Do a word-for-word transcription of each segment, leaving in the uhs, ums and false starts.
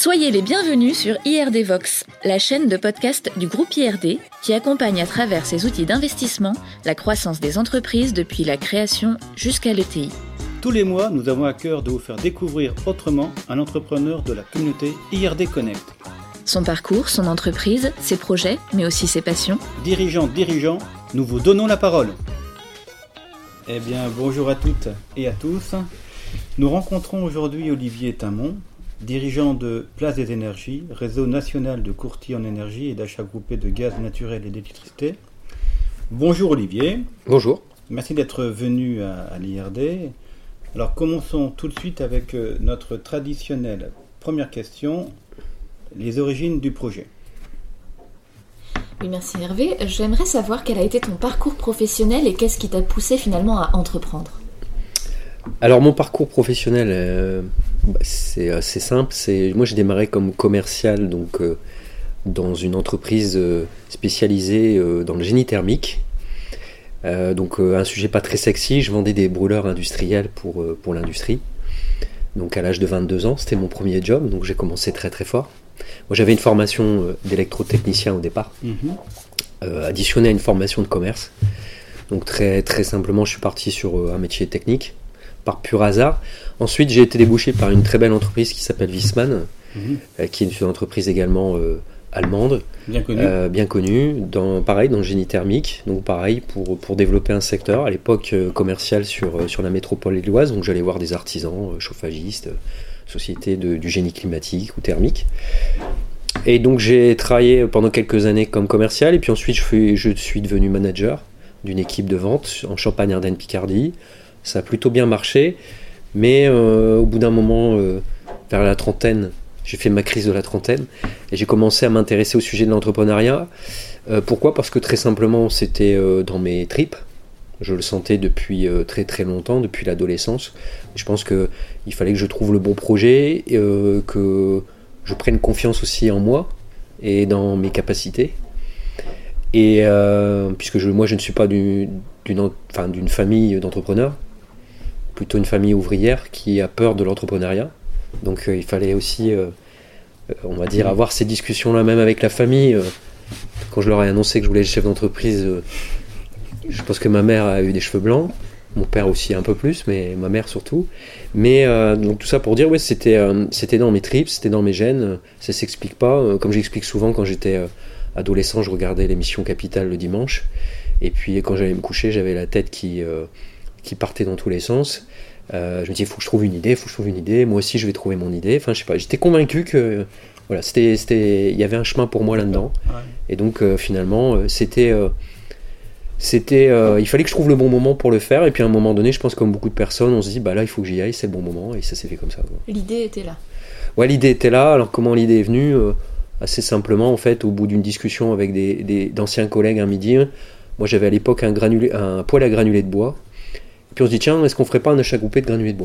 Soyez les bienvenus sur I R D Vox, la chaîne de podcast du groupe I R D qui accompagne à travers ses outils d'investissement la croissance des entreprises depuis la création jusqu'à l'E T I. Tous les mois, nous avons à cœur de vous faire découvrir autrement un entrepreneur de la communauté I R D Connect. Son parcours, son entreprise, ses projets, mais aussi ses passions. Dirigeants, dirigeants, nous vous donnons la parole. Eh bien, bonjour à toutes et à tous. Nous rencontrons aujourd'hui Olivier Tammon, dirigeant de Place des Énergies, réseau national de courtiers en énergie et d'achat groupé de gaz naturel et d'électricité. Bonjour Olivier. Bonjour. Merci d'être venu à, à l'I R D. Alors commençons tout de suite avec euh, notre traditionnelle première question, les origines du projet. Oui, merci Hervé. J'aimerais savoir quel a été ton parcours professionnel et qu'est-ce qui t'a poussé finalement à entreprendre. Alors mon parcours professionnel, euh, c'est assez simple. C'est, moi j'ai démarré comme commercial donc, euh, dans une entreprise euh, spécialisée euh, dans le génie thermique. Euh, donc euh, un sujet pas très sexy, je vendais des brûleurs industriels pour, euh, pour l'industrie. Donc à l'âge de vingt-deux ans, c'était mon premier job, donc j'ai commencé très très fort. Moi j'avais une formation euh, d'électrotechnicien au départ, mm-hmm. euh, additionnée à une formation de commerce. Donc très, très simplement je suis parti sur euh, un métier technique, par pur hasard. Ensuite j'ai été débauché par une très belle entreprise qui s'appelle Viessmann, mm-hmm. euh, qui est une entreprise également euh, allemande, bien connue, euh, bien connue dans, pareil dans le génie thermique, donc pareil pour, pour développer un secteur à l'époque euh, commercial sur, euh, sur la métropole lilloise, donc j'allais voir des artisans, euh, chauffagistes, euh, sociétés de, du génie climatique ou thermique. Et donc j'ai travaillé pendant quelques années comme commercial, et puis ensuite je, fais, je suis devenu manager d'une équipe de vente en Champagne-Ardenne-Picardie. Ça a plutôt bien marché, mais euh, au bout d'un moment, euh, vers la trentaine, j'ai fait ma crise de la trentaine et j'ai commencé à m'intéresser au sujet de l'entrepreneuriat. Euh, pourquoi ? Parce que très simplement, c'était euh, dans mes tripes. Je le sentais depuis euh, très très longtemps, depuis l'adolescence. Je pense qu'il fallait que je trouve le bon projet, euh, que je prenne confiance aussi en moi et dans mes capacités. Et euh, puisque je, moi je ne suis pas du, d'une, enfin, d'une famille d'entrepreneurs, plutôt une famille ouvrière qui a peur de l'entrepreneuriat. Donc euh, il fallait aussi, euh, on va dire, avoir ces discussions-là même avec la famille. Euh, quand je leur ai annoncé que je voulais être chef d'entreprise, euh, je pense que ma mère a eu des cheveux blancs, mon père aussi un peu plus, mais ma mère surtout. Mais euh, donc tout ça pour dire, ouais, c'était, euh, c'était dans mes tripes, c'était dans mes gènes, ça s'explique pas. Euh, comme j'explique souvent, quand j'étais euh, adolescent, je regardais l'émission Capital le dimanche, et puis quand j'allais me coucher, j'avais la tête qui, euh, qui partait dans tous les sens. Euh, je me disais, il faut que je trouve une idée, il faut que je trouve une idée, moi aussi je vais trouver mon idée. Enfin, je sais pas, j'étais convaincu que voilà, c'était, c'était, il y avait un chemin pour moi là-dedans. Ouais. Et donc euh, finalement, euh, c'était, euh, c'était, euh, il fallait que je trouve le bon moment pour le faire. Et puis à un moment donné, je pense comme beaucoup de personnes, on se dit, bah là, il faut que j'y aille, c'est le bon moment, et ça s'est fait comme ça. Quoi. L'idée était là. Ouais, l'idée était là. Alors comment l'idée est venue ? euh, Assez simplement, en fait, au bout d'une discussion avec des, des d'anciens collègues un midi, moi j'avais à l'époque un, granulé, un poêle à granulés de bois. Et puis on se dit, tiens, est-ce qu'on ferait pas un achat groupé de granulés de bois ?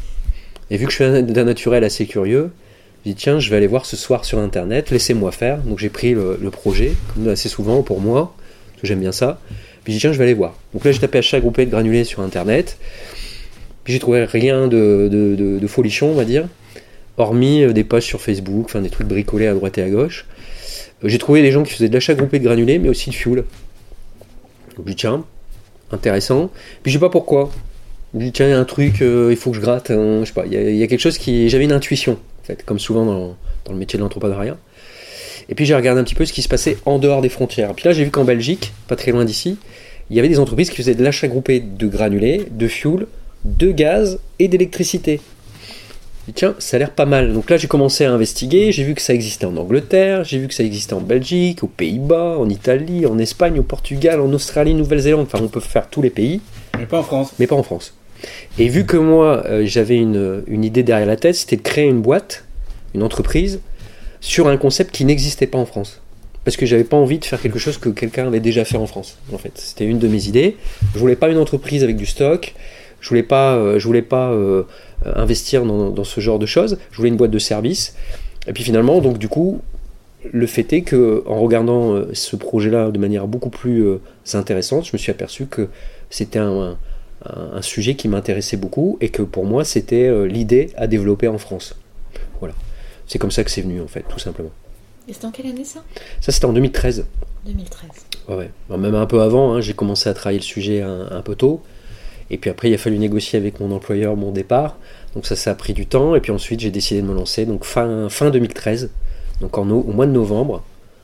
Et vu que je suis d'un naturel assez curieux, je dis, tiens, je vais aller voir ce soir sur internet, laissez-moi faire. Donc j'ai pris le, le projet, comme assez souvent pour moi, parce que j'aime bien ça. Puis je dis, tiens, je vais aller voir. Donc là j'ai tapé achat groupé de granulés sur internet. Puis j'ai trouvé rien de, de, de, de folichon, on va dire, hormis des pages sur Facebook, enfin des trucs bricolés à droite et à gauche. J'ai trouvé des gens qui faisaient de l'achat groupé de granulés, mais aussi de fuel. Donc je dis, tiens, intéressant. Puis je sais pas pourquoi. Je me dis, tiens, il y a un truc, euh, il faut que je gratte. Hein, je sais pas, il y, a, il y a quelque chose qui. J'avais une intuition, en fait, comme souvent dans, dans le métier de l'entrepreneuriat. Et puis j'ai regardé un petit peu ce qui se passait en dehors des frontières. Puis là, j'ai vu qu'en Belgique, pas très loin d'ici, il y avait des entreprises qui faisaient de l'achat groupé de granulés, de fuel, de gaz et d'électricité. Je dis, tiens, ça a l'air pas mal. Donc là, j'ai commencé à investiguer. J'ai vu que ça existait en Angleterre, j'ai vu que ça existait en Belgique, aux Pays-Bas, en Italie, en Espagne, au Portugal, en Australie, Nouvelle-Zélande. Enfin, on peut faire tous les pays. Mais pas en France. Mais pas en France. Et vu que moi, euh, j'avais une, une idée derrière la tête, c'était de créer une boîte, une entreprise, sur un concept qui n'existait pas en France. Parce que j'avais pas envie de faire quelque chose que quelqu'un avait déjà fait en France, en fait. C'était une de mes idées. Je voulais pas une entreprise avec du stock. Je voulais pas, euh, je voulais pas euh, investir dans, dans ce genre de choses. Je voulais une boîte de service. Et puis finalement, donc du coup, le fait est que en regardant euh, ce projet-là de manière beaucoup plus euh, intéressante, je me suis aperçu que c'était un, un, un sujet qui m'intéressait beaucoup et que pour moi, c'était euh, l'idée à développer en France. Voilà. C'est comme ça que c'est venu en fait, tout simplement. Et c'était en quelle année ça ? Ça c'était en deux mille treize. deux mille treize. Ouais, ouais. Alors, même un peu avant, hein, j'ai commencé à travailler le sujet un, un peu tôt. Et puis après, il a fallu négocier avec mon employeur mon départ. Donc ça, ça a pris du temps. Et puis ensuite, j'ai décidé de me lancer. Donc fin, fin deux mille treize, donc en, au mois de novembre.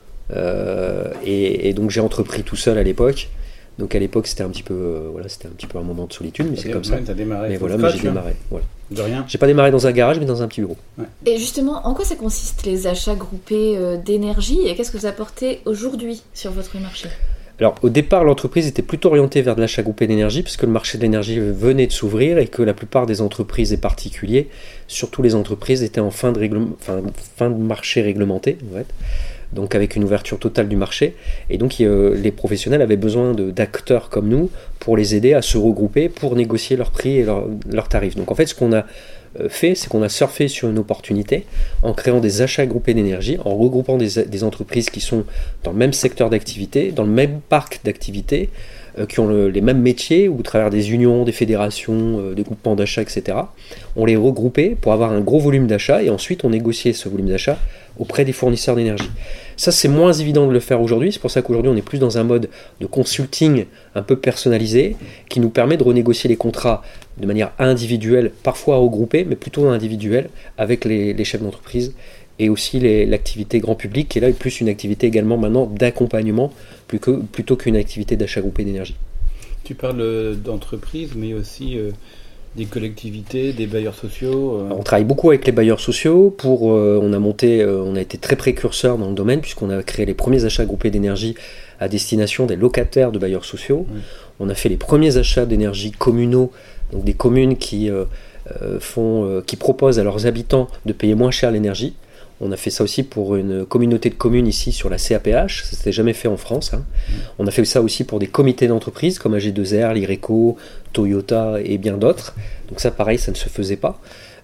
Euh, et, et donc j'ai entrepris tout seul à l'époque. Donc à l'époque, c'était un petit peu, euh, voilà, c'était un petit peu un moment de solitude, mais c'est comme ça. T'as démarré. Mais voilà, mais j'ai démarré. Voilà. De rien. J'ai pas démarré dans un garage, mais dans un petit bureau. Ouais. Et justement, en quoi ça consiste les achats groupés euh, d'énergie et qu'est-ce que vous apportez aujourd'hui sur votre marché ? Alors au départ, l'entreprise était plutôt orientée vers de l'achat groupé d'énergie puisque le marché de l'énergie venait de s'ouvrir et que la plupart des entreprises et particuliers, surtout les entreprises, étaient en fin de, règle... enfin, fin de marché réglementé, en fait. Donc avec une ouverture totale du marché. Et donc euh, les professionnels avaient besoin de, d'acteurs comme nous pour les aider à se regrouper pour négocier leurs prix et leurs, leurs tarifs. Donc en fait, ce qu'on a fait, c'est qu'on a surfé sur une opportunité en créant des achats groupés d'énergie, en regroupant des, des entreprises qui sont dans le même secteur d'activité, dans le même parc d'activité, euh, qui ont le, les mêmes métiers, ou au travers des unions, des fédérations, euh, des groupements d'achats, et cetera. On les regroupait pour avoir un gros volume d'achat et ensuite on négociait ce volume d'achat auprès des fournisseurs d'énergie. Ça, c'est moins évident de le faire aujourd'hui, c'est pour ça qu'aujourd'hui on est plus dans un mode de consulting un peu personnalisé qui nous permet de renégocier les contrats de manière individuelle, parfois regroupée, mais plutôt individuelle avec les, les chefs d'entreprise et aussi les, l'activité grand public qui est là plus une activité également maintenant d'accompagnement plutôt, plutôt qu'une activité d'achat groupé d'énergie. Tu parles d'entreprise mais aussi euh, des collectivités, des bailleurs sociaux. Euh... On travaille beaucoup avec les bailleurs sociaux. Pour, euh, on a monté, euh, on a été très précurseur dans le domaine puisqu'on a créé les premiers achats groupés d'énergie à destination des locataires de bailleurs sociaux. Oui. On a fait les premiers achats d'énergie communaux, donc des communes qui euh, font, euh, qui proposent à leurs habitants de payer moins cher l'énergie. On a fait ça aussi pour une communauté de communes ici sur la C A P H, ça s'était jamais fait en France. Hein. Mmh. On a fait ça aussi pour des comités d'entreprise comme A G deux R, l'Ireco, Toyota et bien d'autres. Donc ça pareil, ça ne se faisait pas.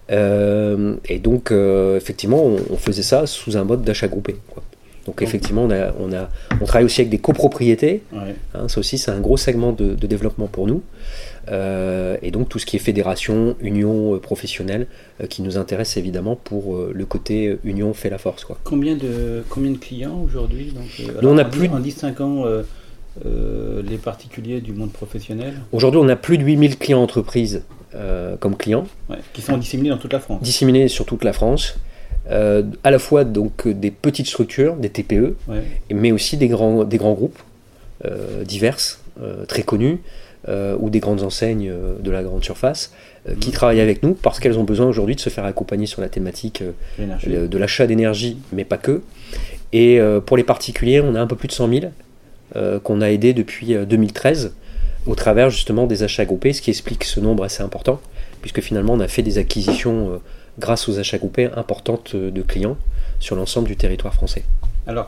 Euh, et donc euh, effectivement, on, on faisait ça sous un mode d'achat groupé, quoi. Donc effectivement, on, a, on, a, on travaille aussi avec des copropriétés. Ouais. Hein, ça aussi, c'est un gros segment de, de développement pour nous. Euh, et donc tout ce qui est fédération, union euh, professionnelle, euh, qui nous intéresse évidemment pour euh, le côté euh, union fait la force, quoi. Combien de, combien de clients aujourd'hui donc, euh, Nous, on a plus en distinguant euh, euh, les particuliers du monde professionnel. Aujourd'hui, on a plus de huit mille clients entreprises euh, comme clients. Ouais, qui sont disséminés dans toute la France. Disséminés sur toute la France. Euh, à la fois donc des petites structures, des T P E, ouais. mais aussi des grands, des grands groupes euh, diverses, euh, très connus, euh, ou des grandes enseignes euh, de la grande surface, euh, mmh. qui travaillent avec nous parce qu'elles ont besoin aujourd'hui de se faire accompagner sur la thématique euh, de l'achat d'énergie, mais pas que. Et euh, pour les particuliers, on a un peu plus de cent mille euh, qu'on a aidés depuis euh, deux mille treize au travers justement des achats groupés, ce qui explique ce nombre assez important, puisque finalement on a fait des acquisitions euh, grâce aux achats groupés importantes de clients sur l'ensemble du territoire français. Alors,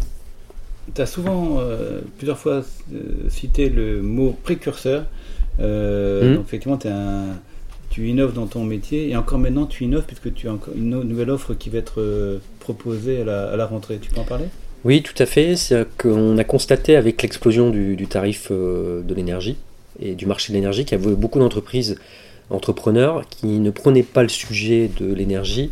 tu as souvent, euh, plusieurs fois euh, cité le mot précurseur. Euh, mmh. Donc effectivement, un, tu innoves dans ton métier et encore maintenant tu innoves puisque tu as encore une nouvelle offre qui va être euh, proposée à la, à la rentrée. Tu peux en parler ? Oui, tout à fait. C'est qu'on a constaté avec l'explosion du, du tarif euh, de l'énergie et du marché de l'énergie qu'il y avait beaucoup d'entreprises entrepreneurs qui ne prenaient pas le sujet de l'énergie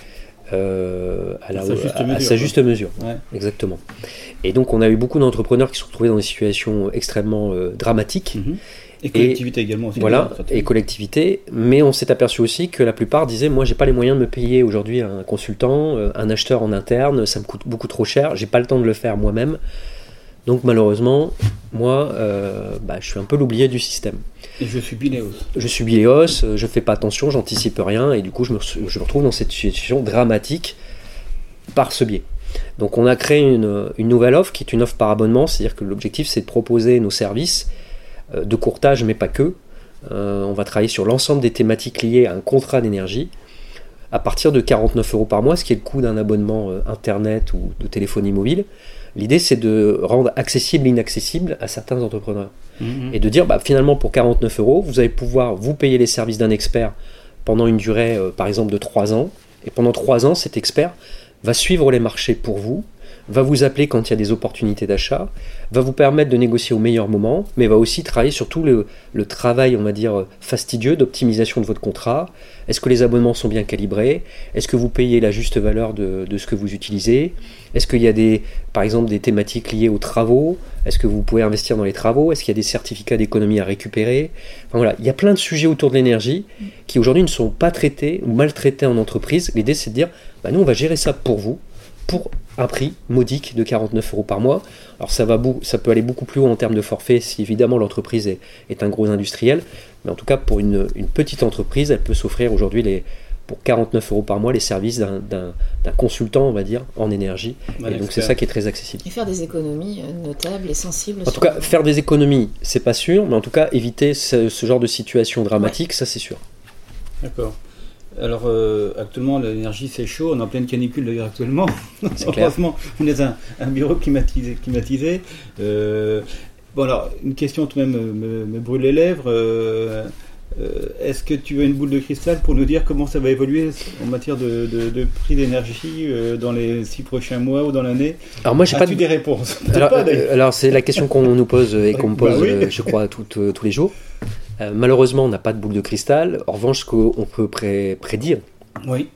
euh, à, la, à, sa juste à, mesure, à sa juste mesure. Ouais. Exactement. Et donc on a eu beaucoup d'entrepreneurs qui se sont retrouvés dans des situations extrêmement euh, dramatiques. Mmh. Et collectivités également aussi. Voilà, et collectivités. Mais on s'est aperçu aussi que la plupart disaient, moi j'ai pas les moyens de me payer aujourd'hui un consultant, un acheteur en interne, ça me coûte beaucoup trop cher, j'ai pas le temps de le faire moi-même. Donc malheureusement, moi, euh, bah, je suis un peu l'oublié du système. Et je suis biléos. Je suis biléos, je fais pas attention, j'anticipe rien, et du coup je me, je me retrouve dans cette situation dramatique par ce biais. Donc on a créé une, une nouvelle offre qui est une offre par abonnement, c'est-à-dire que l'objectif c'est de proposer nos services euh, de courtage, mais pas que. Euh, on va travailler sur l'ensemble des thématiques liées à un contrat d'énergie à partir de quarante-neuf euros par mois, ce qui est le coût d'un abonnement euh, internet ou de téléphonie mobile. L'idée, c'est de rendre accessible l'inaccessible à certains entrepreneurs. Mmh. Et de dire, bah, finalement, pour quarante-neuf euros, vous allez pouvoir vous payer les services d'un expert pendant une durée, euh, par exemple, de trois ans. Et pendant trois ans, cet expert va suivre les marchés pour vous, va vous appeler quand il y a des opportunités d'achat, va vous permettre de négocier au meilleur moment, mais va aussi travailler sur tout le, le travail, on va dire, fastidieux d'optimisation de votre contrat. Est-ce que les abonnements sont bien calibrés? Est-ce que vous payez la juste valeur de, de ce que vous utilisez? Est-ce qu'il y a des, par exemple des thématiques liées aux travaux? Est-ce que vous pouvez investir dans les travaux? Est-ce qu'il y a des certificats d'économie à récupérer? Enfin, voilà, il y a plein de sujets autour de l'énergie qui aujourd'hui ne sont pas traités ou mal traités en entreprise. L'idée, c'est de dire, bah, nous, on va gérer ça pour vous, pour un prix modique de quarante-neuf euros par mois. Alors ça, va beau, ça peut aller beaucoup plus haut en termes de forfait si évidemment l'entreprise est, est un gros industriel, mais en tout cas pour une, une petite entreprise, elle peut s'offrir aujourd'hui les, pour quarante-neuf euros par mois les services d'un, d'un, d'un consultant, on va dire, en énergie. Ouais, et donc c'est ça qui est très accessible. Et faire des économies notables et sensibles. En tout cas, le... faire des économies, c'est pas sûr, mais en tout cas éviter ce, ce genre de situation dramatique, ouais. Ça c'est sûr. D'accord. Alors euh, actuellement l'énergie c'est chaud, on est en pleine canicule d'ailleurs actuellement. C'est clair. Heureusement on est un, un bureau climatisé. climatisé. Euh, bon alors une question tout de même me, me brûle les lèvres. Euh, euh, est-ce que tu as une boule de cristal pour nous dire comment ça va évoluer en matière de, de, de prix d'énergie euh, dans les six prochains mois ou dans l'année? Alors moi j'ai As-tu pas de... des réponses? Alors, pas, euh, alors c'est la question qu'on nous pose et qu'on me pose, bah oui. euh, je crois, tout, euh, tous les jours. Euh, malheureusement, on n'a pas de boule de cristal. En revanche, ce qu'on peut pré- prédire, oui.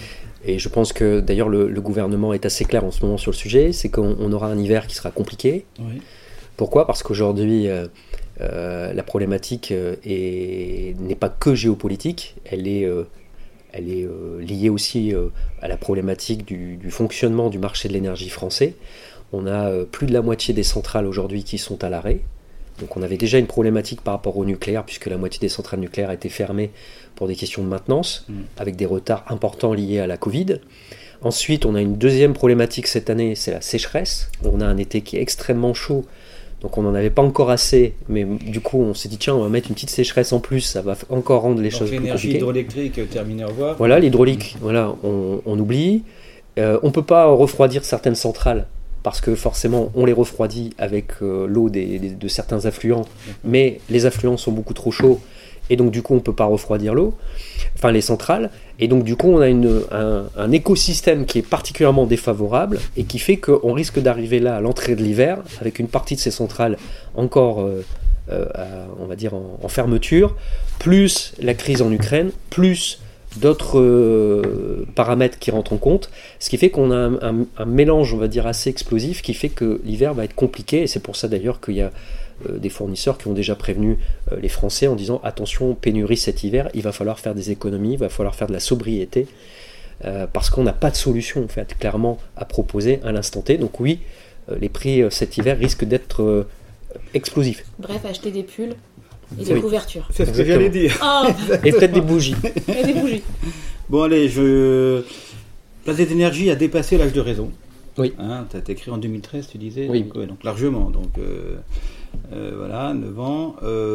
Et je pense que d'ailleurs le, le gouvernement est assez clair en ce moment sur le sujet, c'est qu'on on aura un hiver qui sera compliqué. Oui. Pourquoi ? Parce qu'aujourd'hui, euh, euh, la problématique euh, est, n'est pas que géopolitique, elle est, euh, elle est euh, liée aussi euh, à la problématique du, du fonctionnement du marché de l'énergie français. On a euh, plus de la moitié des centrales aujourd'hui qui sont à l'arrêt. Donc on avait déjà une problématique par rapport au nucléaire, puisque la moitié des centrales nucléaires étaient fermées pour des questions de maintenance, mmh. avec des retards importants liés à la Covid. Ensuite, on a une deuxième problématique cette année, c'est la sécheresse. On a un été qui est extrêmement chaud, donc on n'en avait pas encore assez, mais du coup on s'est dit tiens, on va mettre une petite sécheresse en plus, ça va encore rendre les donc choses plus compliquées. L'énergie hydroélectrique terminée, au revoir. Voilà, l'hydraulique, mmh. voilà, on, on oublie. Euh, on ne peut pas refroidir certaines centrales, parce que forcément on les refroidit avec euh, l'eau des, des, de certains affluents, mais les affluents sont beaucoup trop chauds, et donc du coup on ne peut pas refroidir l'eau, enfin les centrales, et donc du coup on a une, un, un écosystème qui est particulièrement défavorable, et qui fait qu'on risque d'arriver là à l'entrée de l'hiver, avec une partie de ces centrales encore, euh, euh, à, on va dire, en, en fermeture, plus la crise en Ukraine, plus d'autres euh, paramètres qui rentrent en compte, ce qui fait qu'on a un, un, un mélange, on va dire, assez explosif, qui fait que l'hiver va être compliqué, et c'est pour ça d'ailleurs qu'il y a euh, des fournisseurs qui ont déjà prévenu euh, les Français en disant attention, pénurie cet hiver, il va falloir faire des économies, il va falloir faire de la sobriété, euh, parce qu'on n'a pas de solution en fait, clairement, à proposer à l'instant T. Donc oui, euh, les prix euh, cet hiver risquent d'être euh, explosifs. Bref, acheter des pulls et des oui. couvertures. C'est ce que j'allais dire. Oh. Et peut-être des bougies. Et des bougies. Bon allez, je... Place des énergies a dépassé l'âge de raison. Oui. Hein, tu as été créé en deux mille treize, tu disais. Oui. Donc, ouais, donc largement. Donc euh, euh, voilà, neuf ans.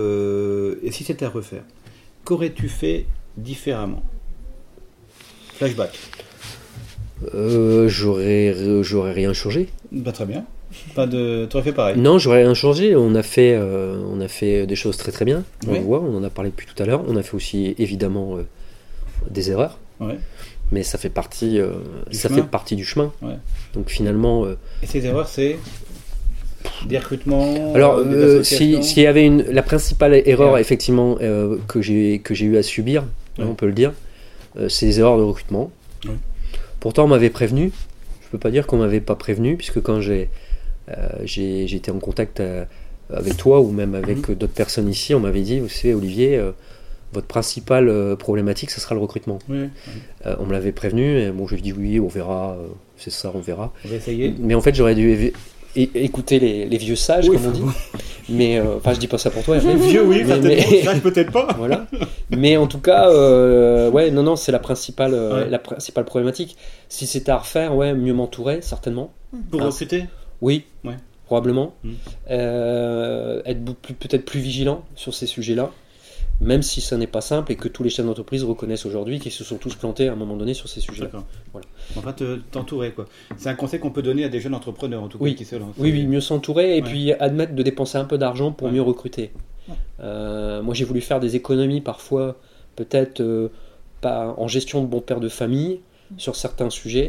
Euh, et si c'était à refaire, qu'aurais-tu fait différemment? Flashback. Euh, j'aurais, j'aurais rien changé. Bah, très bien. Pas de... Tu aurais fait pareil? Non, j'aurais rien changé. On a fait, euh, on a fait des choses très très bien. On oui. le voit, on en a parlé depuis tout à l'heure. On a fait aussi évidemment euh, des erreurs. Ouais. Mais ça fait partie, euh, ça chemin. fait partie du chemin. Ouais. Donc finalement. Euh, Et ces erreurs, c'est des recrutements. Alors, euh, des euh, si, associations s'il y avait une, la principale erreur ouais. effectivement euh, que j'ai que j'ai eu à subir, ouais. on peut le dire, euh, c'est les erreurs de recrutement. Ouais. Pourtant, on m'avait prévenu. Je peux pas dire qu'on m'avait pas prévenu, puisque quand j'ai euh, j'ai, j'ai été en contact euh, avec toi ou même avec mmh. d'autres personnes ici, on m'avait dit, vous savez, Olivier. Euh, Votre principale euh, problématique, ce sera le recrutement. Oui, oui. Euh, on me l'avait prévenu, et bon, je lui ai dit oui, on verra, euh, c'est ça, on verra. On va essayer. Mais en fait, j'aurais dû é- é- écouter les, les vieux sages, oui, comme on dit. Mais, enfin, euh, je dis pas ça pour toi. Les vieux, oui, mais, mais... sages peut-être pas. Voilà. Mais en tout cas, euh, ouais, non, non, c'est la principale, euh, ouais. la principale problématique. Si c'était à refaire, ouais, mieux m'entourer, certainement. Pour hein, recruter ? Oui. Ouais. Probablement. Mmh. Euh, être plus, peut-être plus vigilant sur ces sujets-là. Même si ça n'est pas simple et que tous les chefs d'entreprise reconnaissent aujourd'hui qu'ils se sont tous plantés à un moment donné sur ces sujets-là. D'accord. Voilà. Enfin, te, t'entourer, quoi. C'est un conseil qu'on peut donner à des jeunes entrepreneurs, en tout cas, oui. qui se lancent. Oui, oui, mieux s'entourer et ouais. puis admettre de dépenser un peu d'argent pour ouais. mieux recruter. Ouais. Euh, moi, j'ai voulu faire des économies parfois, peut-être euh, pas en gestion de bon père de famille, mmh. sur certains sujets.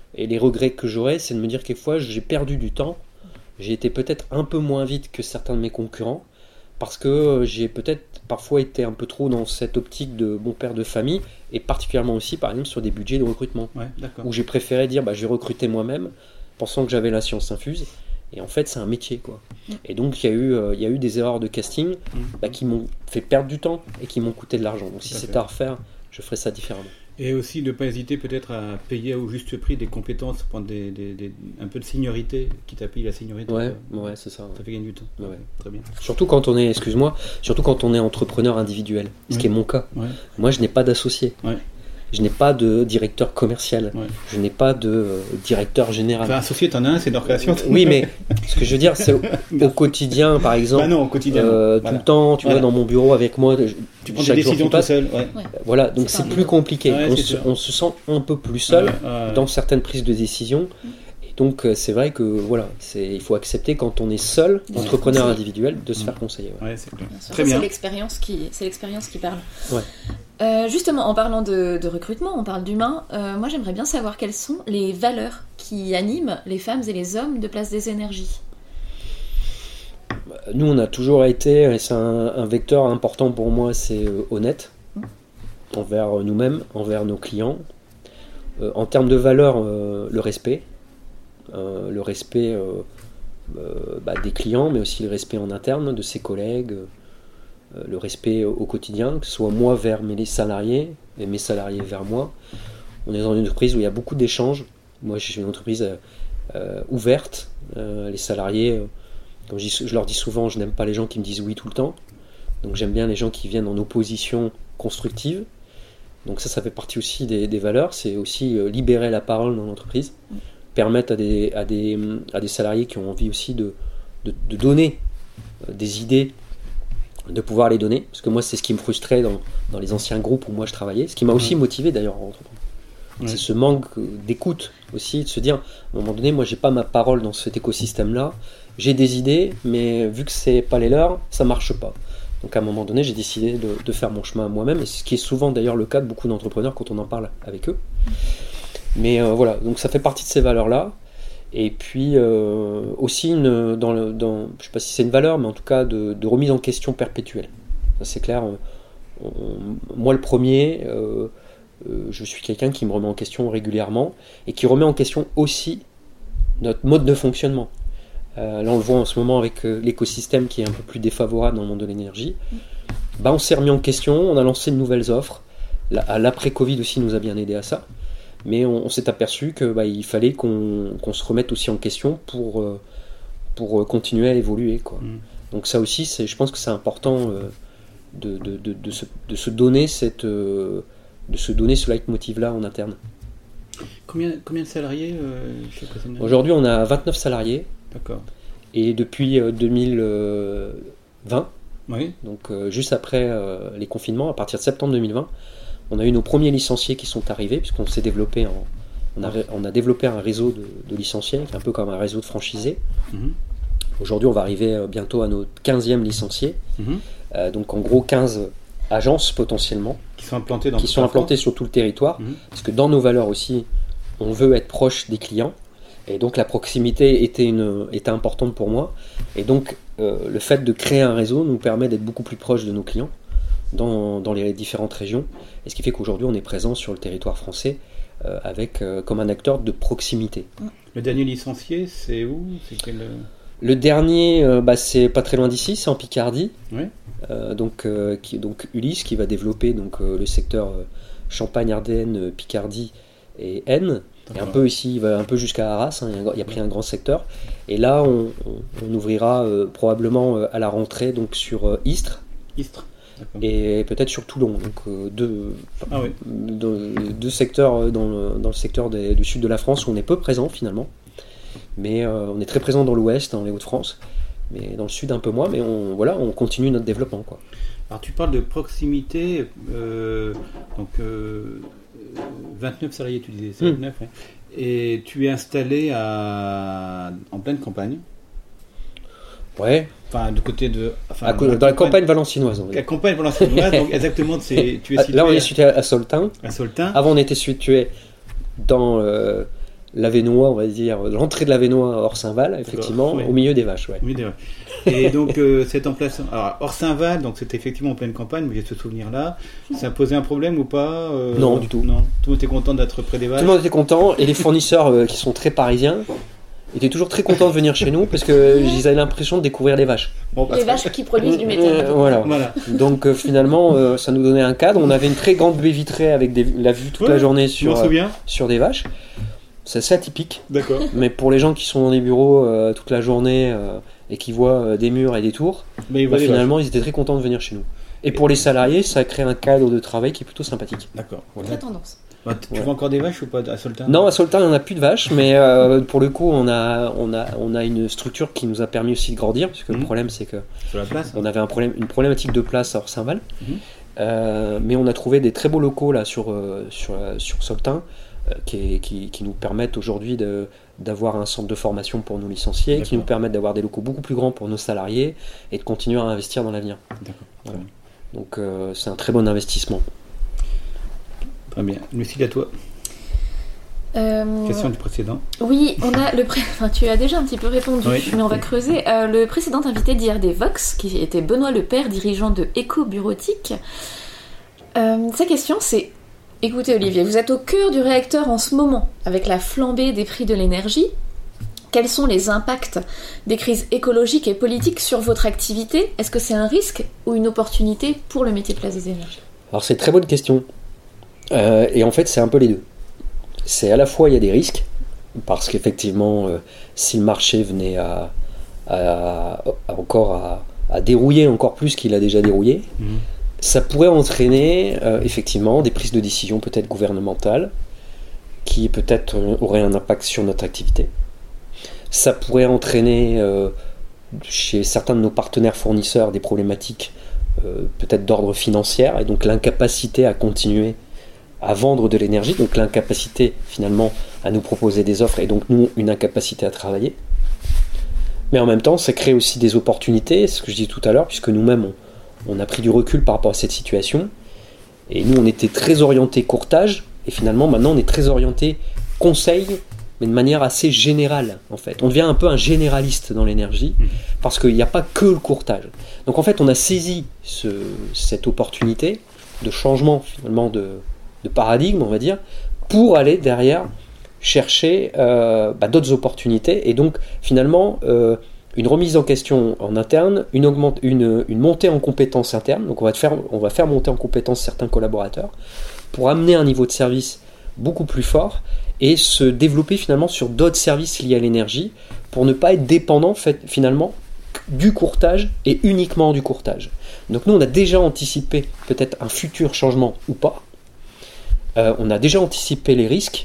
Et les regrets que j'aurais, c'est de me dire quelquefois j'ai perdu du temps, j'ai été peut-être un peu moins vite que certains de mes concurrents, parce que j'ai peut-être parfois été un peu trop dans cette optique de bon père de famille, et particulièrement aussi par exemple sur des budgets de recrutement, Ouais, d'accord. où j'ai préféré dire bah, je vais recruter moi-même, pensant que j'avais la science infuse, et en fait c'est un métier quoi. Et donc il y a eu, euh, il y a eu des erreurs de casting Mhm. bah, qui m'ont fait perdre du temps et qui m'ont coûté de l'argent. Donc si Tout à c'était fait. à refaire, je ferais ça différemment. Et aussi ne pas hésiter peut-être à payer au juste prix des compétences, prendre des, des, des- un peu de seniorité, quitte à payer la seniorité. Ouais, quoi. ouais, c'est ça. Ça fait gagner du temps. Ouais. Très bien. Surtout quand on est, excuse-moi, surtout quand on est entrepreneur individuel, ce Oui. qui est mon cas. Ouais. Moi, je n'ai pas d'associé. Ouais. Je n'ai pas de directeur commercial. Ouais. Je n'ai pas de euh, directeur général. Enfin, associé, t'en as un, c'est d'orchestration. Oui, mais ce que je veux dire, c'est au, au quotidien, par exemple, Bah non, au quotidien. euh, Voilà. tout le temps, tu Voilà. vois, dans mon bureau avec moi, je- Tu prends des chaque jour qui décisions tout passe, seul. Ouais. voilà, donc C'est c'est pas plus un- compliqué. Ouais, on, c'est se, sûr. on se sent un peu plus seul Ouais, ouais. dans certaines prises de décision. Et donc, euh, c'est vrai que voilà, c'est, il faut accepter quand on est seul, De se entrepreneur faire individuel, de se Mm. faire conseiller. ouais. Ouais, c'est clair. Bien sûr. Très Ça, bien. C'est l'expérience qui, c'est l'expérience qui parle. Ouais. Euh, justement, en parlant de, de recrutement, on parle d'humain. Euh, moi, j'aimerais bien savoir quelles sont les valeurs qui animent les femmes et les hommes de Place des Énergies. Nous, on a toujours été, et c'est un, un vecteur important pour moi, c'est euh, honnête Mm. envers nous-mêmes, envers nos clients. Euh, en termes de valeur, euh, le respect. Euh, le respect euh, euh, bah, des clients, mais aussi le respect en interne de ses collègues, euh, le respect au quotidien, que ce soit moi vers mes salariés et mes salariés vers moi. On est dans une entreprise où il y a beaucoup d'échanges. Moi, je suis une entreprise euh, euh, ouverte. Euh, les salariés, euh, comme je, dis- je leur dis souvent, je n'aime pas les gens qui me disent oui tout le temps. Donc j'aime bien les gens qui viennent en opposition constructive. Donc ça, ça fait partie aussi des, des valeurs. C'est aussi euh, libérer la parole dans l'entreprise, permettre à des, à des, à des salariés qui ont envie aussi de, de, de donner euh, des idées, de pouvoir les donner. Parce que moi, c'est ce qui me frustrait dans, dans les anciens groupes où moi je travaillais. Ce qui m'a aussi motivé d'ailleurs à entreprendre. Ouais. C'est ce manque d'écoute aussi, de se dire, à un moment donné, moi j'ai pas ma parole dans cet écosystème-là. J'ai des idées, mais vu que c'est pas les leurs, ça marche pas. Donc à un moment donné, j'ai décidé de, de faire mon chemin moi-même, et ce qui est souvent d'ailleurs le cas de beaucoup d'entrepreneurs quand on en parle avec eux. Mais euh, voilà, donc ça fait partie de ces valeurs-là. Et puis euh, aussi, une, dans le, dans, je sais pas si c'est une valeur, mais en tout cas de, de remise en question perpétuelle. Ça c'est clair. On- on- moi le premier, euh, euh, je suis quelqu'un qui me remet en question régulièrement, et qui remet en question aussi notre mode de fonctionnement. Euh, là, on le voit en ce moment avec euh, l'écosystème qui est un peu plus défavorable dans le monde de l'énergie. Bah, on s'est remis en question, on a lancé de nouvelles offres. Là, à l'après-Covid aussi nous a bien aidé à ça. Mais on, on s'est aperçu que bah, il fallait qu'on, qu'on se remette aussi en question pour, euh, pour continuer à évoluer, quoi. Mm. Donc ça aussi, c'est, je pense que c'est important euh, de, de, de, de, se, de se donner cette, euh, de se donner ce leitmotiv-là en interne. Combien, combien de salariés euh, chez Place des Énergies ? Aujourd'hui, on a vingt-neuf salariés. D'accord. Et depuis euh, deux mille vingt, Oui. donc euh, juste après euh, les confinements, à partir de septembre deux mille vingt, on a eu nos premiers licenciés qui sont arrivés, puisqu'on s'est développé en, on, a, on a développé un réseau de, de licenciés, qui est un peu comme un réseau de franchisés. Mhm. Aujourd'hui, on va arriver euh, bientôt à notre quinzième licencié, Mhm. euh, donc en gros quinze agences potentiellement, Qui sont implantés dans qui toute sont la implantées France. sur tout le territoire, Mhm. parce que dans nos valeurs aussi, on veut être proche des clients, et donc la proximité était, une, était importante pour moi, et donc euh, le fait de créer un réseau nous permet d'être beaucoup plus proche de nos clients dans, dans les différentes régions, et ce qui fait qu'aujourd'hui on est présent sur le territoire français euh, avec euh, comme un acteur de proximité. Le dernier licencié, c'est où ? C'est quel... euh, Le dernier, euh, bah, c'est pas très loin d'ici, c'est en Picardie, Oui. euh, donc, euh, qui, donc Ulysse qui va développer donc, euh, le secteur euh, Champagne, Ardennes, euh, Picardie et Aisne. Et un D'accord. peu ici, il va un peu jusqu'à Arras, hein, il, a, il a pris un grand secteur. Et là, on, on, on ouvrira euh, probablement euh, à la rentrée donc sur euh, Istres Istres. D'accord. et peut-être sur Toulon. Donc euh, deux, Ah oui. deux, deux secteurs euh, dans le, dans le secteur des- du sud de la France où on est peu présent finalement. Mais euh, on est très présent dans l'ouest, dans les Hauts-de-France. Mais dans le sud un peu moins. Mais on, voilà, on continue notre développement, quoi. Alors tu parles de proximité, euh, donc euh, vingt-neuf salariés, tu disais, c'est Mm. vingt-neuf, ouais. Et tu es installé à, en pleine campagne, Ouais, enfin de côté de... Enfin, à co- dans la campagne valenciennoise. On va La dire. campagne valenciennoise, donc exactement, c'est, tu es Ah, situé là, on est à- situé à, à Soltin. à Soltin. Avant, on était situé dans euh, l'Avesnois, on va dire, l'entrée de l'Avesnois hors Saint-Val, effectivement, ouais. au milieu des vaches. Ouais. Oui, des vaches. Et donc, euh, cet emplacement, alors hors Saint-Val, donc c'était effectivement en pleine campagne, mais j'ai ce souvenir-là. Ça a posé un problème ou pas euh, Non, du tout. Non, tout le monde était content d'être près des vaches. Tout le monde était content, et les fournisseurs euh, qui sont très parisiens étaient toujours très contents de venir chez nous parce qu'ils avaient l'impression de découvrir les vaches. Bon, bah, Les vaches qui produisent du méthane. Euh, voilà. Voilà. Donc euh, finalement, euh, ça nous donnait un cadre. On avait une très grande baie vitrée avec des, la vue toute Ouais, la journée Je sur, m'en euh, souviens. sur des vaches. C'est assez atypique. D'accord. Mais pour les gens qui sont dans les bureaux euh, toute la journée euh, et qui voient euh, des murs et des tours, Mais il bah, voit des finalement, ils étaient très contents de venir chez nous. Et pour les salariés, ça crée un cadre de travail qui est plutôt sympathique. vaches. D'accord. Voilà. Très tendance. Bah, tu Ouais. vois encore des vaches ou pas à Soltin? Non, à Soltin, on n'a plus de vaches, mais euh, pour le coup, on a, on, a, on a une structure qui nous a permis aussi de grandir, parce que Mhm. le problème, c'est que Sur la place. on avait un problème, une problématique de place hors Saint-Val. Mhm. Euh, mais on a trouvé des très beaux locaux là sur, euh, sur, euh, sur Soltin euh, qui, est- qui, qui nous permettent aujourd'hui de, d'avoir un centre de formation pour nos licenciés, qui D'accord. nous permettent d'avoir des locaux beaucoup plus grands pour nos salariés et de continuer à investir dans l'avenir. D'accord. Voilà. Donc euh, c'est un très bon investissement. Très bien. Lucille, à toi. Euh, Question du précédent. Oui, on a le pré... enfin, tu as déjà un petit peu répondu, Oui. mais on va creuser. Euh, le précédent invité d'I R D Vox, qui était Benoît Lepère, dirigeant de Éco-Bureautique. Euh, sa question, c'est écoutez, Olivier, vous êtes au cœur du réacteur en ce moment, avec la flambée des prix de l'énergie. Quels sont les impacts des crises écologiques et politiques sur votre activité? Est-ce que c'est un risque ou une opportunité pour le métier de Place des Énergies? Alors c'est une très bonne question. Euh, et en fait c'est un peu les deux. C'est à la fois il y a des risques, parce qu'effectivement euh, si le marché venait à, à- à encore à, à dérouiller encore plus qu'il a déjà dérouillé, Mhm. ça pourrait entraîner euh, effectivement des prises de décision peut-être gouvernementales qui peut-être euh, auraient un impact sur notre activité. Ça pourrait entraîner euh, chez certains de nos partenaires fournisseurs des problématiques euh, peut-être d'ordre financier et donc l'incapacité à continuer à vendre de l'énergie, donc l'incapacité finalement à nous proposer des offres et donc nous une incapacité à travailler. Mais en même temps, ça crée aussi des opportunités, c'est ce que je dis tout à l'heure, puisque nous-mêmes on, on a pris du recul par rapport à cette situation. Et nous, on était très orienté courtage, et finalement, maintenant, on est très orienté conseil, mais de manière assez générale, en fait. On devient un peu un généraliste dans l'énergie, Mmh. parce qu'il n'y a pas que le courtage. Donc, en fait, on a saisi ce- cette opportunité de changement, finalement, de, de paradigme, on va dire, pour aller derrière chercher euh, bah, d'autres opportunités, et donc, finalement, euh, une remise en question en interne, une, augmente, une, une montée en compétences interne. Donc on va, faire, on va faire monter en compétences certains collaborateurs pour amener un niveau de service beaucoup plus fort et se développer finalement sur d'autres services liés à l'énergie pour ne pas être dépendant fait, finalement du courtage et uniquement du courtage. Donc nous on a déjà anticipé peut-être un futur changement ou pas. Euh, on a déjà anticipé les risques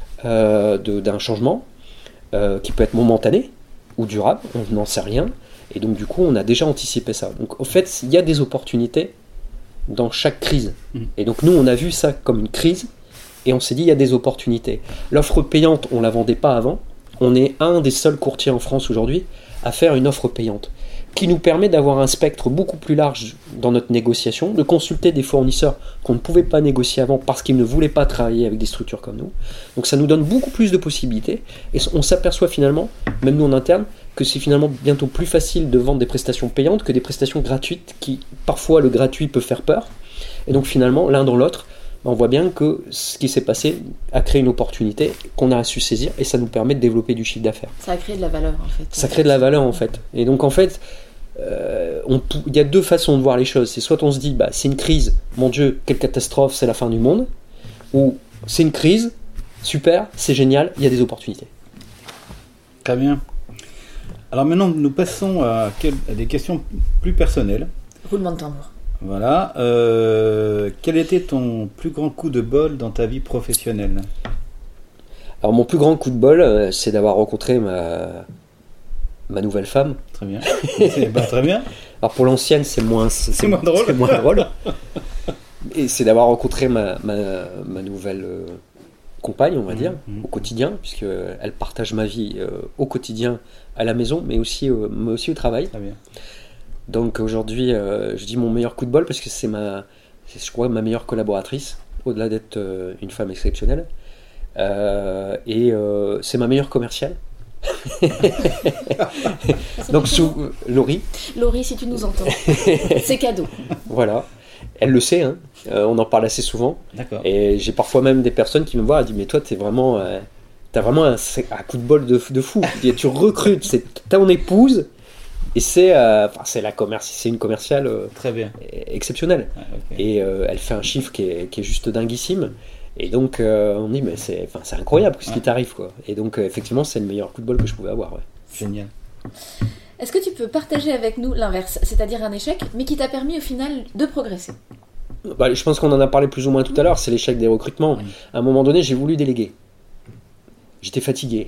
euh, de, d'un changement euh, qui peut être momentané ou durable, on n'en sait rien, et donc du coup on a déjà anticipé ça. Donc en fait il y a des opportunités dans chaque crise, Mmh. et donc nous on a vu ça comme une crise, et on s'est dit il y a des opportunités. L'offre payante on la vendait pas avant, on est un des seuls courtiers en France aujourd'hui à faire une offre payante, qui nous permet d'avoir un spectre beaucoup plus large dans notre négociation, de consulter des fournisseurs qu'on ne pouvait pas négocier avant parce qu'ils ne voulaient pas travailler avec des structures comme nous. Donc ça nous donne beaucoup plus de possibilités, et on s'aperçoit finalement, même nous en interne, que c'est finalement bientôt plus facile de vendre des prestations payantes que des prestations gratuites, qui parfois le gratuit peut faire peur. Et donc finalement, l'un dans l'autre, on voit bien que ce qui s'est passé a créé une opportunité qu'on a su saisir, et ça nous permet de développer du chiffre d'affaires. Ça a créé de la valeur en fait. Ça crée de la valeur en fait. Et donc en fait, euh, on pou- il y a deux façons de voir les choses. C'est soit on se dit, bah, c'est une crise, mon Dieu, quelle catastrophe, c'est la fin du monde, ou c'est une crise, super, c'est génial, il y a des opportunités. Très bien. Alors maintenant, nous passons à, quel- à des questions plus personnelles. Roulement de tambour. Voilà. Euh, quel était ton plus grand coup de bol dans ta vie professionnelle? Alors mon plus grand coup de bol, euh, c'est d'avoir rencontré ma, ma nouvelle femme. Très bien. C'est pas très bien. Alors pour l'ancienne, c'est moins, c'est, C'est moins drôle. c'est moins drôle. Et c'est d'avoir rencontré ma, ma, ma nouvelle euh, compagne, on va dire, Mhm. au quotidien, puisqu'elle partage ma vie euh, au quotidien, à la maison, mais aussi, euh, mais aussi au travail. Très bien. Donc aujourd'hui, euh, je dis mon meilleur coup de bol parce que c'est ma, c'est, je crois, ma meilleure collaboratrice, au-delà d'être euh, une femme exceptionnelle. Euh, et euh, c'est ma meilleure commerciale. Donc sous Laurie. Laurie, si tu nous entends, c'est cadeau. Voilà, elle le sait, hein. euh, on en parle assez souvent. D'accord. Et j'ai parfois même des personnes qui me voient et disent mais toi t'es vraiment, euh, t'as vraiment un, un coup de bol de, de fou. Tu recrutes, c'est ton épouse et c'est, euh, c'est la commerce, c'est une commerciale euh, très bien, exceptionnelle. Ouais, okay. Et euh, elle fait un chiffre qui est, qui est juste dinguissime. Et donc euh, on dit mais c'est, enfin, c'est incroyable ce ouais. qui t'arrive quoi. Et donc euh, effectivement c'est le meilleur coup de bol que je pouvais avoir. Ouais. Génial. Est-ce que tu peux partager avec nous l'inverse, c'est-à-dire un échec, mais qui t'a permis au final de progresser ? Bah, je pense qu'on en a parlé plus ou moins tout à l'heure, c'est l'échec des recrutements. Oui. À un moment donné, j'ai voulu déléguer. J'étais fatigué.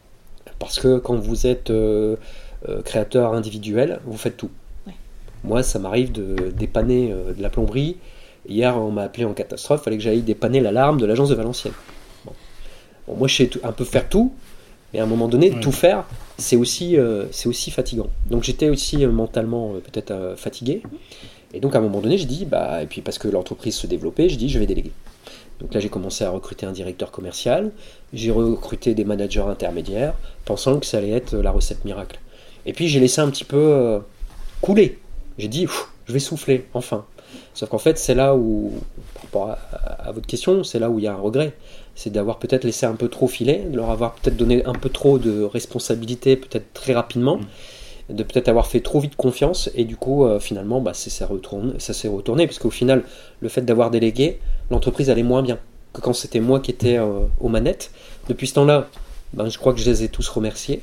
Parce que quand vous êtes euh, euh, créateur individuel, vous faites tout. Oui. Moi, ça m'arrive de dépanner euh, de la plomberie. Hier, on m'a appelé en catastrophe, il fallait que j'aille dépanner l'alarme de l'agence de Valenciennes. Bon. Bon, moi, je sais tout, un peu faire tout, mais à un moment donné, oui. tout faire, c'est aussi, euh, c'est aussi fatigant. Donc j'étais aussi euh, mentalement euh, peut-être euh, fatigué. Et donc à un moment donné, je dis, bah, et puis parce que l'entreprise se développait, je dis, je vais déléguer. Donc là, j'ai commencé à recruter un directeur commercial, j'ai recruté des managers intermédiaires, pensant que ça allait être la recette miracle. Et puis j'ai laissé un petit peu euh, couler. J'ai dit, je vais souffler, enfin. Sauf qu'en fait, c'est là où, par rapport à, à votre question, c'est là où il y a un regret. C'est d'avoir peut-être laissé un peu trop filer, de leur avoir peut-être donné un peu trop de responsabilités, peut-être très rapidement, mmh. de peut-être avoir fait trop vite confiance, et du coup, euh, finalement, bah, c'est, ça, retourne, ça s'est retourné, parce qu'au final, le fait d'avoir délégué, l'entreprise allait moins bien que quand c'était moi qui étais euh, aux manettes. Depuis ce temps-là, ben, je crois que je les ai tous remerciés.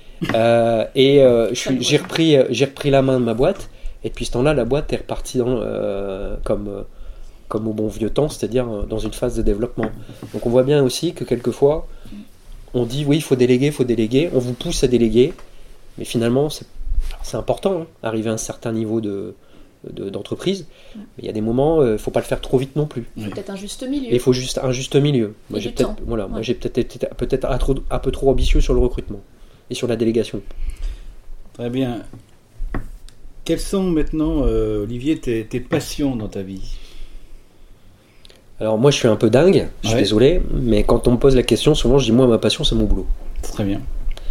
Euh, et euh, je suis, j'ai, repris, j'ai repris la main de ma boîte, et depuis ce temps-là, la boîte est repartie dans, euh, comme... Euh, comme au bon vieux temps, c'est-à-dire dans une phase de développement. Donc on voit bien aussi que quelquefois, on dit oui, il faut déléguer, il faut déléguer, on vous pousse à déléguer, mais finalement, c'est, c'est important, hein, arriver à un certain niveau de, de, d'entreprise, mais il y a des moments, il euh, ne faut pas le faire trop vite non plus. Il faut peut-être un juste milieu. Et il faut juste un juste milieu. Moi, j'ai peut-être, voilà, ouais. moi j'ai peut-être été peut-être un, trop, un peu trop ambitieux sur le recrutement et sur la délégation. Très bien. Quelles sont maintenant, euh, Olivier, tes, tes passions dans ta vie ? Alors moi je suis un peu dingue, je suis ouais. désolé, mais quand on me pose la question, souvent je dis moi ma passion c'est mon boulot. Très bien.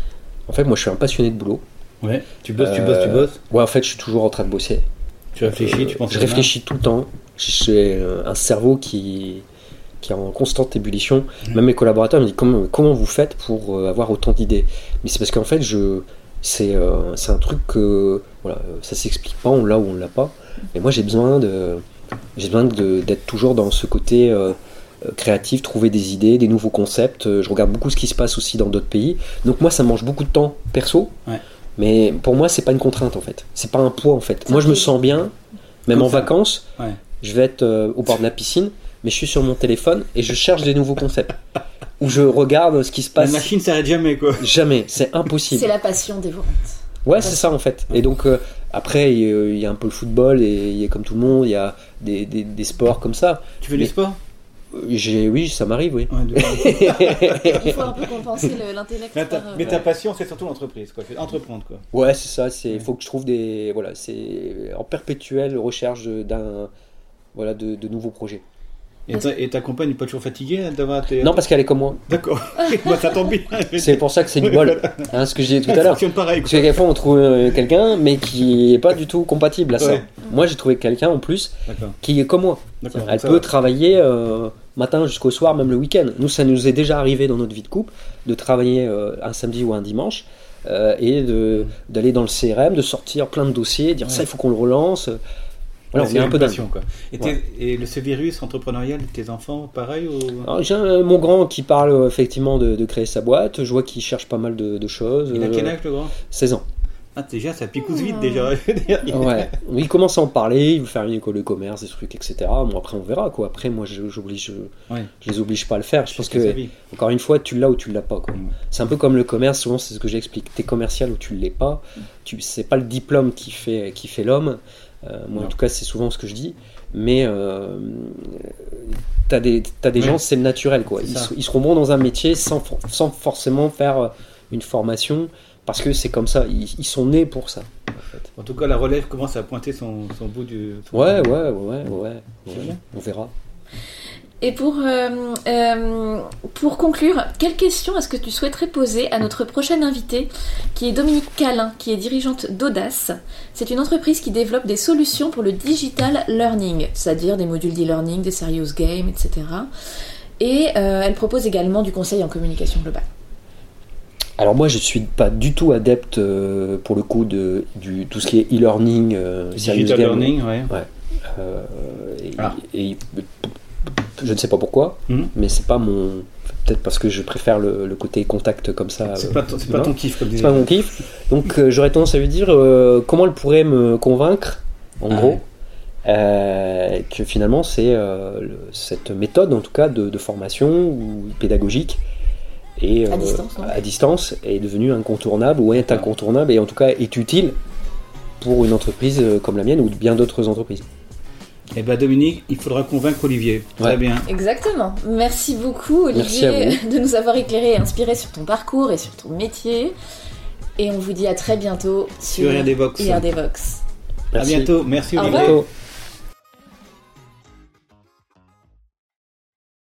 En fait moi je suis un passionné de boulot. Ouais, tu bosses, euh, tu bosses, tu bosses Ouais en fait je suis toujours en train de bosser. Tu réfléchis, euh, tu penses Je réfléchis bien. Tout le temps, j'ai un cerveau qui, qui est en constante ébullition. Mmh. Même mes collaborateurs me disent comment, comment vous faites pour avoir autant d'idées. Mais c'est parce qu'en fait je, c'est, euh, c'est un truc que voilà, ça s'explique pas, on l'a ou on l'a pas. Mais moi j'ai besoin de... J'ai besoin de, d'être toujours dans ce côté euh, créatif, trouver des idées, des nouveaux concepts. Je regarde beaucoup ce qui se passe aussi dans d'autres pays. Donc moi, ça mange beaucoup de temps perso. Ouais. Mais pour moi, c'est pas une contrainte en fait. C'est pas un poids en fait. C'est moi, je me sens bien, même Comme en ça. vacances. Ouais. Je vais être euh, au bord de la piscine, mais je suis sur mon téléphone et je cherche des nouveaux concepts. Où je regarde ce qui se passe. La machine s'arrête jamais quoi. Jamais, c'est impossible. C'est la passion dévorante. Ouais, c'est ça en fait. Et donc euh, après, il y, y a un peu le football et il y a comme tout le monde, il y a des, des, des sports comme ça. Tu fais des sports ? J'ai, oui, ça m'arrive, oui. Ouais, de... il faut un peu compenser le, l'intellect. Mais ta, par, mais ta passion, c'est surtout l'entreprise, quoi. Entreprendre, quoi. Ouais, c'est ça. Il faut que je trouve des, voilà, c'est en perpétuelle recherche d'un, voilà, de, de nouveaux projets. Et ta, et ta compagne n'est pas toujours fatiguée d'avoir tes... Non, parce qu'elle est comme moi. D'accord. Moi, ça tombe bien. C'est pour ça que c'est du bol. Hein, ce que j'ai dit tout à l'heure. Pareil, parce que quelquefois, on trouve quelqu'un, mais qui n'est pas du tout compatible à ça. Ouais. Moi, j'ai trouvé quelqu'un en plus D'accord. qui est comme moi. D'accord, elle peut va. travailler euh, matin jusqu'au soir, même le week-end. Nous, ça nous est déjà arrivé dans notre vie de couple de travailler euh, un samedi ou un dimanche euh, et de, d'aller dans le C R M, de sortir plein de dossiers, dire ouais. ça, il faut qu'on le relance. Voilà, ouais, on est un peu passion, quoi. Et, ouais. et le, ce virus entrepreneurial de tes enfants, pareil ou... Alors, j'ai un, mon grand qui parle effectivement de, de créer sa boîte. Je vois qu'il cherche pas mal de, de choses. Il a quel âge le grand ? seize ans. Ah, déjà, ça picouse vite déjà. Ouais. Il commence à en parler, il veut faire une école de commerce, des trucs, et cetera. Bon, après, on verra, quoi. Après, moi, je, j'oblige, je, ouais. je les oblige pas à le faire. Je pense que, que encore une fois, tu l'as ou tu l'as pas, quoi. Mm. C'est un peu comme le commerce, souvent, c'est ce que j'explique. T'es commercial ou tu l'es pas. Mm. Tu, c'est pas le diplôme qui fait, qui fait l'homme. Euh, moi, non. en tout cas, c'est souvent ce que je dis. Mais euh, t'as des, t'as des ouais. gens, c'est le naturel, quoi. Ils, ils seront bons dans un métier sans, sans forcément faire une formation. Parce que c'est comme ça, ils, ils sont nés pour ça. En fait. En tout cas, la relève commence à pointer son, son bout du. Son ouais, ouais, ouais, ouais, ouais, ouais. On verra. Et pour, euh, euh, pour conclure, quelle question est-ce que tu souhaiterais poser à notre prochaine invitée, qui est Dominique Calin, qui est dirigeante d'Audace. C'est une entreprise qui développe des solutions pour le digital learning, c'est-à-dire des modules d'e-learning, des serious games, et cetera. Et euh, elle propose également du conseil en communication globale. Alors moi je suis pas du tout adepte euh, pour le coup de du, tout ce qui est e-learning, euh, digital learning, ouais. ouais. Euh, et, ah. et, je ne sais pas pourquoi, mmh. mais c'est pas mon. Peut-être parce que je préfère le, le côté contact comme ça. C'est, euh, pas, ton, c'est pas ton kiff, comme C'est pas mon kiff. Donc euh, j'aurais tendance à lui dire euh, comment elle pourrait me convaincre, en ah, gros, ouais. euh, que finalement c'est euh, le, cette méthode, en tout cas, de, de formation ou pédagogique. Et, à, euh, distance, à distance est devenue incontournable ou est incontournable et en tout cas est utile pour une entreprise comme la mienne ou bien d'autres entreprises. Eh bien Dominique, il faudra convaincre Olivier. Très ouais. bien. Exactement. Merci beaucoup Olivier Merci de nous avoir éclairé et inspiré sur ton parcours et sur ton métier. Et on vous dit à très bientôt sur, sur I R D Vox. I R D Vox. À bientôt. Merci Au Olivier. revoir.